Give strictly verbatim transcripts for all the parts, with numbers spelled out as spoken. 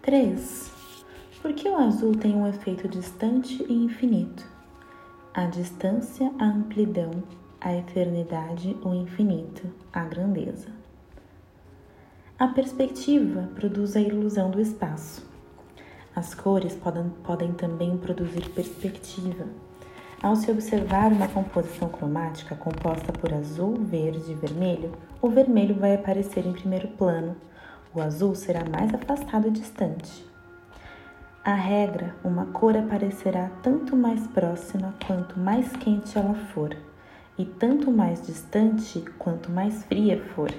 três. Por que o azul tem um efeito distante e infinito? A distância, a amplidão, a eternidade, o infinito, a grandeza. A perspectiva produz a ilusão do espaço. As cores podem, podem também produzir perspectiva. Ao se observar uma composição cromática composta por azul, verde e vermelho, o vermelho vai aparecer em primeiro plano, o azul será mais afastado e distante. A regra, uma cor aparecerá tanto mais próxima quanto mais quente ela for, e tanto mais distante quanto mais fria for.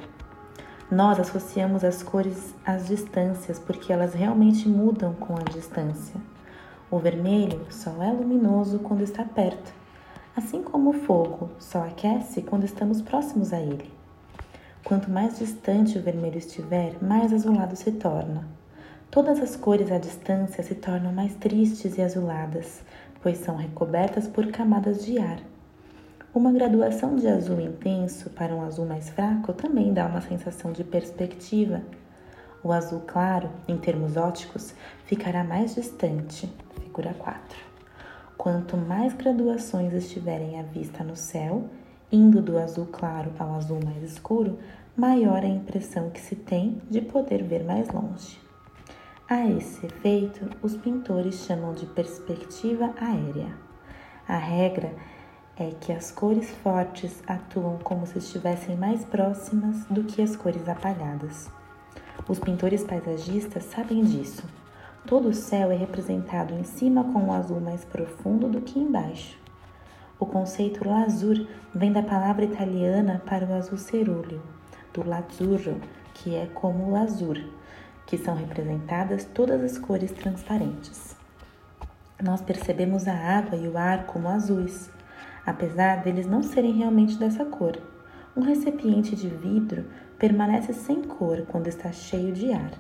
Nós associamos as cores às distâncias porque elas realmente mudam com a distância. O vermelho só é luminoso quando está perto, assim como o fogo só aquece quando estamos próximos a ele. Quanto mais distante o vermelho estiver, mais azulado se torna. Todas as cores à distância se tornam mais tristes e azuladas, pois são recobertas por camadas de ar. Uma graduação de azul intenso para um azul mais fraco também dá uma sensação de perspectiva. O azul claro, em termos ópticos, ficará mais distante, figura quatro. Quanto mais graduações estiverem à vista no céu, indo do azul claro ao azul mais escuro, maior a impressão que se tem de poder ver mais longe. A esse efeito, os pintores chamam de perspectiva aérea. A regra é que as cores fortes atuam como se estivessem mais próximas do que as cores apagadas. Os pintores paisagistas sabem disso. Todo o céu é representado em cima com um azul mais profundo do que embaixo. O conceito lazur vem da palavra italiana para o azul cerúleo, do lazzurro, que é como o lazur, que são representadas todas as cores transparentes. Nós percebemos a água e o ar como azuis, apesar deles não serem realmente dessa cor. Um recipiente de vidro permanece sem cor quando está cheio de ar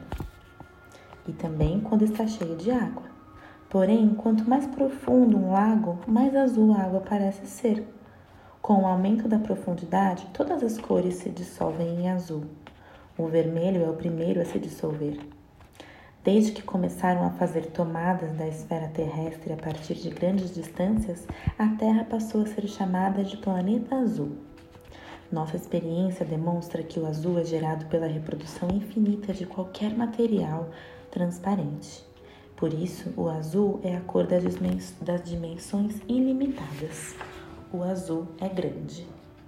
e também quando está cheio de água. Porém, quanto mais profundo um lago, mais azul a água parece ser. Com o aumento da profundidade, todas as cores se dissolvem em azul. O vermelho é o primeiro a se dissolver. Desde que começaram a fazer tomadas da esfera terrestre a partir de grandes distâncias, a Terra passou a ser chamada de planeta azul. Nossa experiência demonstra que o azul é gerado pela reprodução infinita de qualquer material transparente. Por isso, o azul é a cor das dimensões ilimitadas. O azul é grande.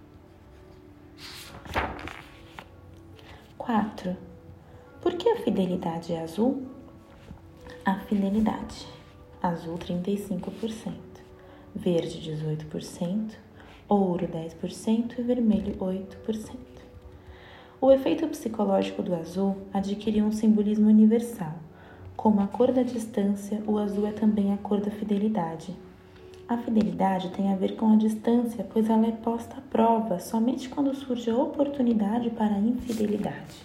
quatro. Por que a fidelidade é azul? A fidelidade. Azul trinta e cinco por cento, verde dezoito por cento, ouro dez por cento e vermelho oito por cento. O efeito psicológico do azul adquiriu um simbolismo universal. Como a cor da distância, o azul é também a cor da fidelidade. A fidelidade tem a ver com a distância, pois ela é posta à prova somente quando surge a oportunidade para a infidelidade.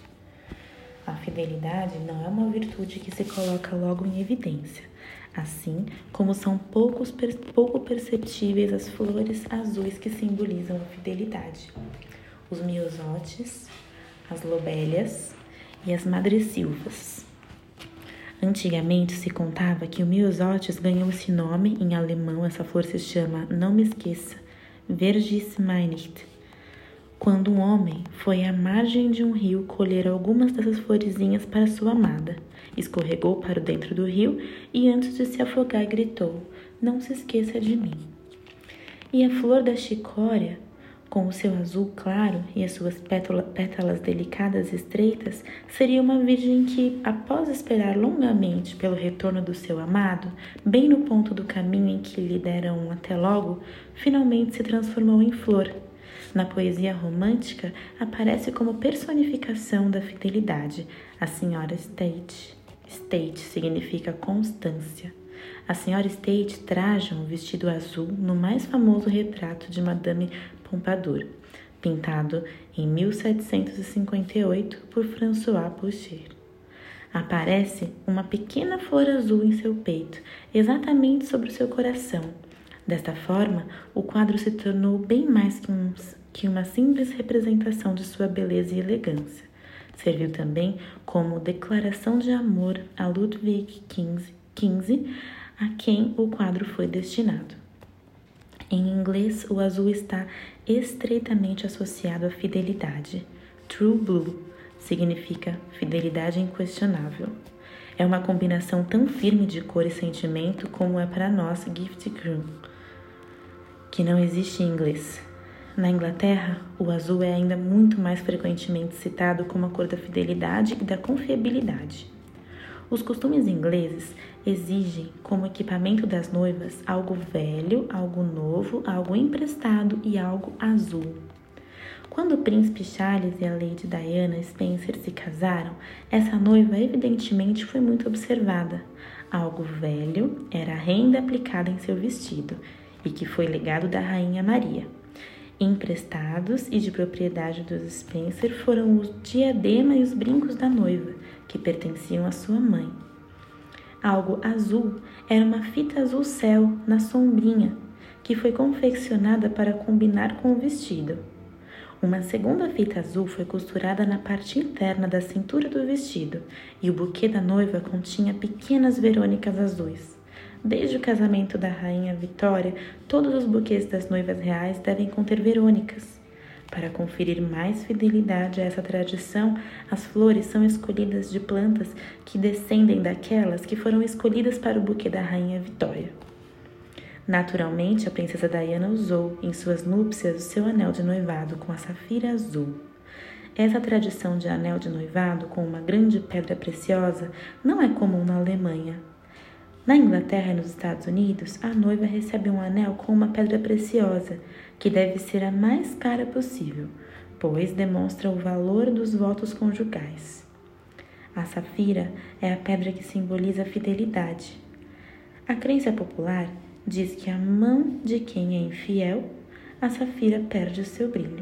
A fidelidade não é uma virtude que se coloca logo em evidência, assim como são poucos, pouco perceptíveis as flores azuis que simbolizam a fidelidade. Os miosótis, as lobélias e as madressilvas. Antigamente se contava que o miosótis ganhou esse nome, em alemão essa flor se chama, não me esqueça, Vergis Meinicht, quando um homem foi à margem de um rio colher algumas dessas florezinhas para sua amada. Escorregou para dentro do rio e antes de se afogar gritou, não se esqueça de mim. E a flor da chicória, com o seu azul claro e as suas pétala, pétalas delicadas e estreitas, seria uma virgem que, após esperar longamente pelo retorno do seu amado, bem no ponto do caminho em que lhe deram um até logo, finalmente se transformou em flor. Na poesia romântica, aparece como personificação da fidelidade, a senhora State. State significa constância. A senhora State traja um vestido azul no mais famoso retrato de Madame Pompadour, pintado em mil setecentos e cinquenta e oito por François Boucher. Aparece uma pequena flor azul em seu peito, exatamente sobre o seu coração. Desta forma, o quadro se tornou bem mais que, um, que uma simples representação de sua beleza e elegância. Serviu também como declaração de amor a Ludwig quinze, a quem o quadro foi destinado. Em inglês, o azul está estreitamente associado à fidelidade. True Blue significa fidelidade inquestionável. É uma combinação tão firme de cor e sentimento como é para nós Gift Green, que não existe em inglês. Na Inglaterra, o azul é ainda muito mais frequentemente citado como a cor da fidelidade e da confiabilidade. Os costumes ingleses exigem como equipamento das noivas algo velho, algo novo, algo emprestado e algo azul. Quando o príncipe Charles e a Lady Diana Spencer se casaram, essa noiva evidentemente foi muito observada. Algo velho era a renda aplicada em seu vestido e que foi legado da Rainha Maria. Emprestados e de propriedade dos Spencer foram o diadema e os brincos da noiva, que pertenciam à sua mãe. Algo azul era uma fita azul céu na sombrinha, que foi confeccionada para combinar com o vestido. Uma segunda fita azul foi costurada na parte interna da cintura do vestido, e o buquê da noiva continha pequenas verônicas azuis. Desde o casamento da rainha Vitória, todos os buquês das noivas reais devem conter verônicas. Para conferir mais fidelidade a essa tradição, as flores são escolhidas de plantas que descendem daquelas que foram escolhidas para o buquê da rainha Vitória. Naturalmente, a princesa Diana usou, em suas núpcias, o seu anel de noivado com a safira azul. Essa tradição de anel de noivado com uma grande pedra preciosa não é comum na Alemanha. Na Inglaterra e nos Estados Unidos, a noiva recebe um anel com uma pedra preciosa, que deve ser a mais cara possível, pois demonstra o valor dos votos conjugais. A safira é a pedra que simboliza a fidelidade. A crença popular diz que a mão de quem é infiel, a safira perde o seu brilho.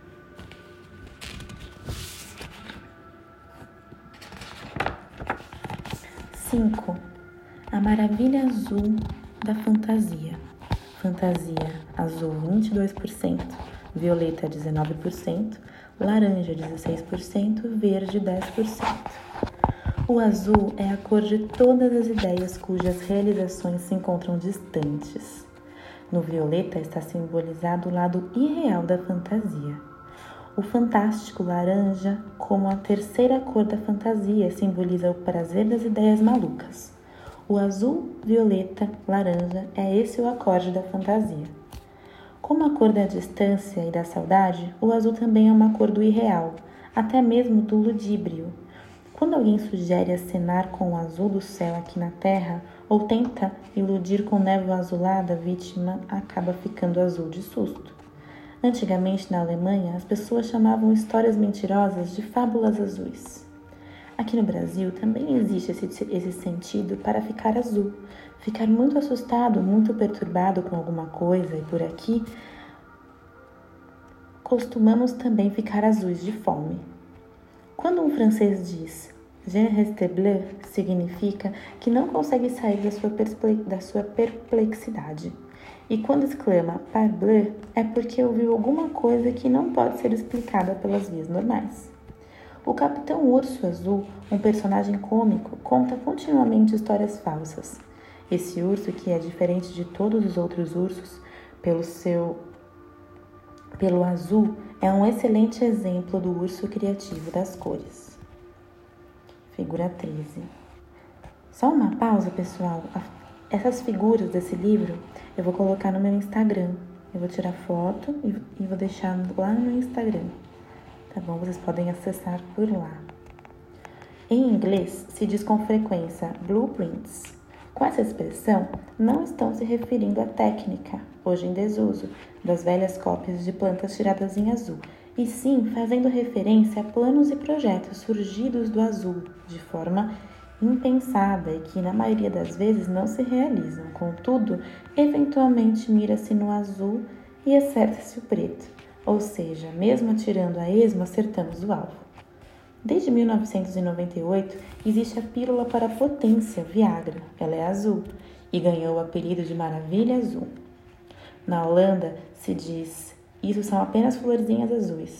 cinco. A maravilha azul da fantasia. Fantasia azul vinte e dois por cento, violeta dezenove por cento, laranja dezesseis por cento, verde dez por cento. O azul é a cor de todas as ideias cujas realizações se encontram distantes. No violeta está simbolizado o lado irreal da fantasia. O fantástico laranja, como a terceira cor da fantasia, simboliza o prazer das ideias malucas. O azul, violeta, laranja é esse o acorde da fantasia. Como a cor da distância e da saudade, o azul também é uma cor do irreal, até mesmo do ludíbrio. Quando alguém sugere acenar com o azul do céu aqui na Terra, ou tenta iludir com névoa azulada, a vítima acaba ficando azul de susto. Antigamente, na Alemanha, as pessoas chamavam histórias mentirosas de fábulas azuis. Aqui no Brasil também existe esse, esse sentido para ficar azul, ficar muito assustado, muito perturbado com alguma coisa, e por aqui costumamos também ficar azuis de fome. Quando um francês diz "Je reste bleu", significa que não consegue sair da sua, da sua perplexidade. E quando exclama "parbleu", é porque ouviu alguma coisa que não pode ser explicada pelas vias normais. O Capitão Urso Azul, um personagem cômico, conta continuamente histórias falsas. Esse urso, que é diferente de todos os outros ursos, pelo seu pelo azul, é um excelente exemplo do urso criativo das cores. Figura treze. Só uma pausa, pessoal. Essas figuras desse livro eu vou colocar no meu Instagram. Eu vou tirar foto e vou deixar lá no meu Instagram. Tá bom? Vocês podem acessar por lá. Em inglês, se diz com frequência blueprints. Com essa expressão, não estão se referindo à técnica, hoje em desuso, das velhas cópias de plantas tiradas em azul, e sim fazendo referência a planos e projetos surgidos do azul, de forma impensada e que, na maioria das vezes, não se realizam. Contudo, eventualmente mira-se no azul e acerta-se o preto. Ou seja, mesmo atirando a esmo, acertamos o alvo. Desde mil novecentos e noventa e oito, existe a pílula para a potência, Viagra. Ela é azul e ganhou o apelido de Maravilha Azul. Na Holanda, se diz, isso são apenas florzinhas azuis.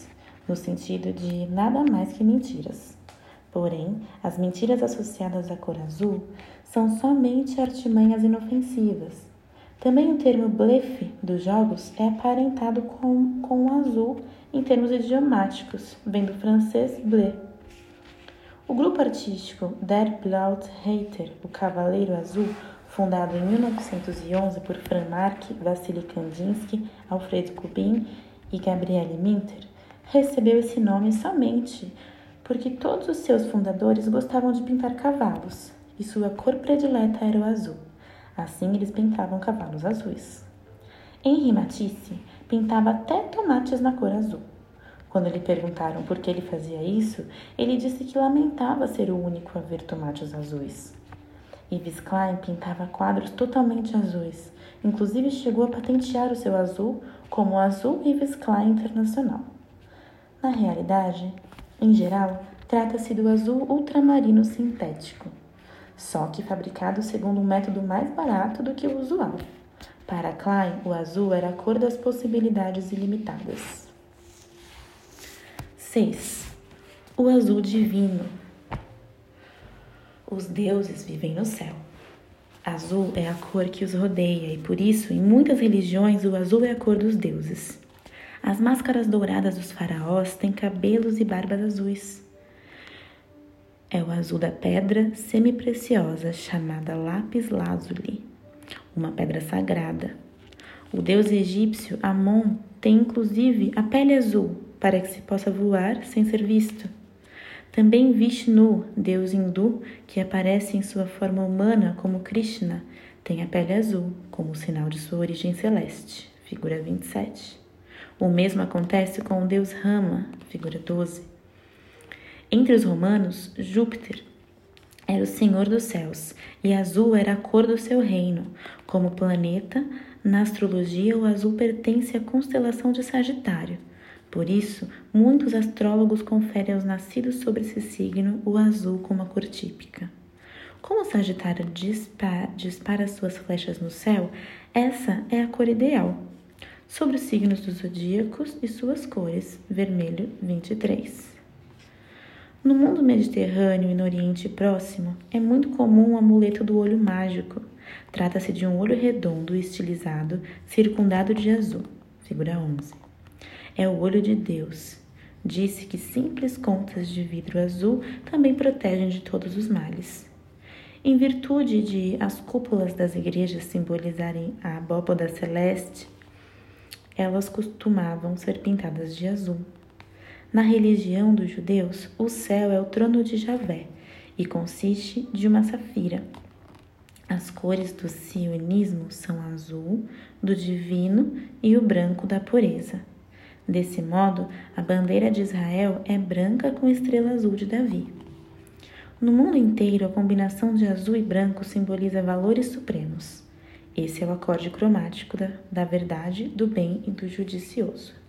no sentido de nada mais que mentiras. Porém, as mentiras associadas à cor azul são somente artimanhas inofensivas. Também o termo blefe dos jogos é aparentado com, com o azul em termos idiomáticos, vem do francês bleu. O grupo artístico Der Blaue Reiter, o Cavaleiro Azul, fundado em mil novecentos e onze por Franz Marc, Vassily Kandinsky, Alfred Kubin e Gabriele Minter, recebeu esse nome somente porque todos os seus fundadores gostavam de pintar cavalos e sua cor predileta era o azul. Assim, eles pintavam cavalos azuis. Henri Matisse pintava até tomates na cor azul. Quando lhe perguntaram por que ele fazia isso, ele disse que lamentava ser o único a ver tomates azuis. Yves Klein pintava quadros totalmente azuis, inclusive chegou a patentear o seu azul como o Azul Yves Klein Internacional. Na realidade, em geral, trata-se do azul ultramarino sintético, só que fabricado segundo um método mais barato do que o usual. Para Klein, o azul era a cor das possibilidades ilimitadas. seis. O azul divino. Os deuses vivem no céu. Azul é a cor que os rodeia e, por isso, em muitas religiões, o azul é a cor dos deuses. As máscaras douradas dos faraós têm cabelos e barbas azuis. É o azul da pedra semi-preciosa chamada lápis lazuli, uma pedra sagrada. O deus egípcio Amon tem inclusive a pele azul para que se possa voar sem ser visto. Também Vishnu, deus hindu, que aparece em sua forma humana como Krishna, tem a pele azul como sinal de sua origem celeste, figura vinte e sete. O mesmo acontece com o deus Rama, figura doze. Entre os romanos, Júpiter era o senhor dos céus e azul era a cor do seu reino. Como planeta, na astrologia o azul pertence à constelação de Sagitário. Por isso, muitos astrólogos conferem aos nascidos sobre esse signo o azul como a cor típica. Como Sagitário dispara, dispara suas flechas no céu, essa é a cor ideal. Sobre os signos dos zodíacos e suas cores, vermelho vinte e três. No mundo mediterrâneo e no Oriente Próximo, é muito comum o amuleto do olho mágico. Trata-se de um olho redondo e estilizado, circundado de azul, figura onze. É o olho de Deus. Disse que simples contas de vidro azul também protegem de todos os males. Em virtude de as cúpulas das igrejas simbolizarem a abóbada celeste, elas costumavam ser pintadas de azul. Na religião dos judeus, o céu é o trono de Javé e consiste de uma safira. As cores do sionismo são azul, do divino e o branco da pureza. Desse modo, a bandeira de Israel é branca com estrela azul de Davi. No mundo inteiro, a combinação de azul e branco simboliza valores supremos. Esse é o acorde cromático da, da verdade, do bem e do judicioso.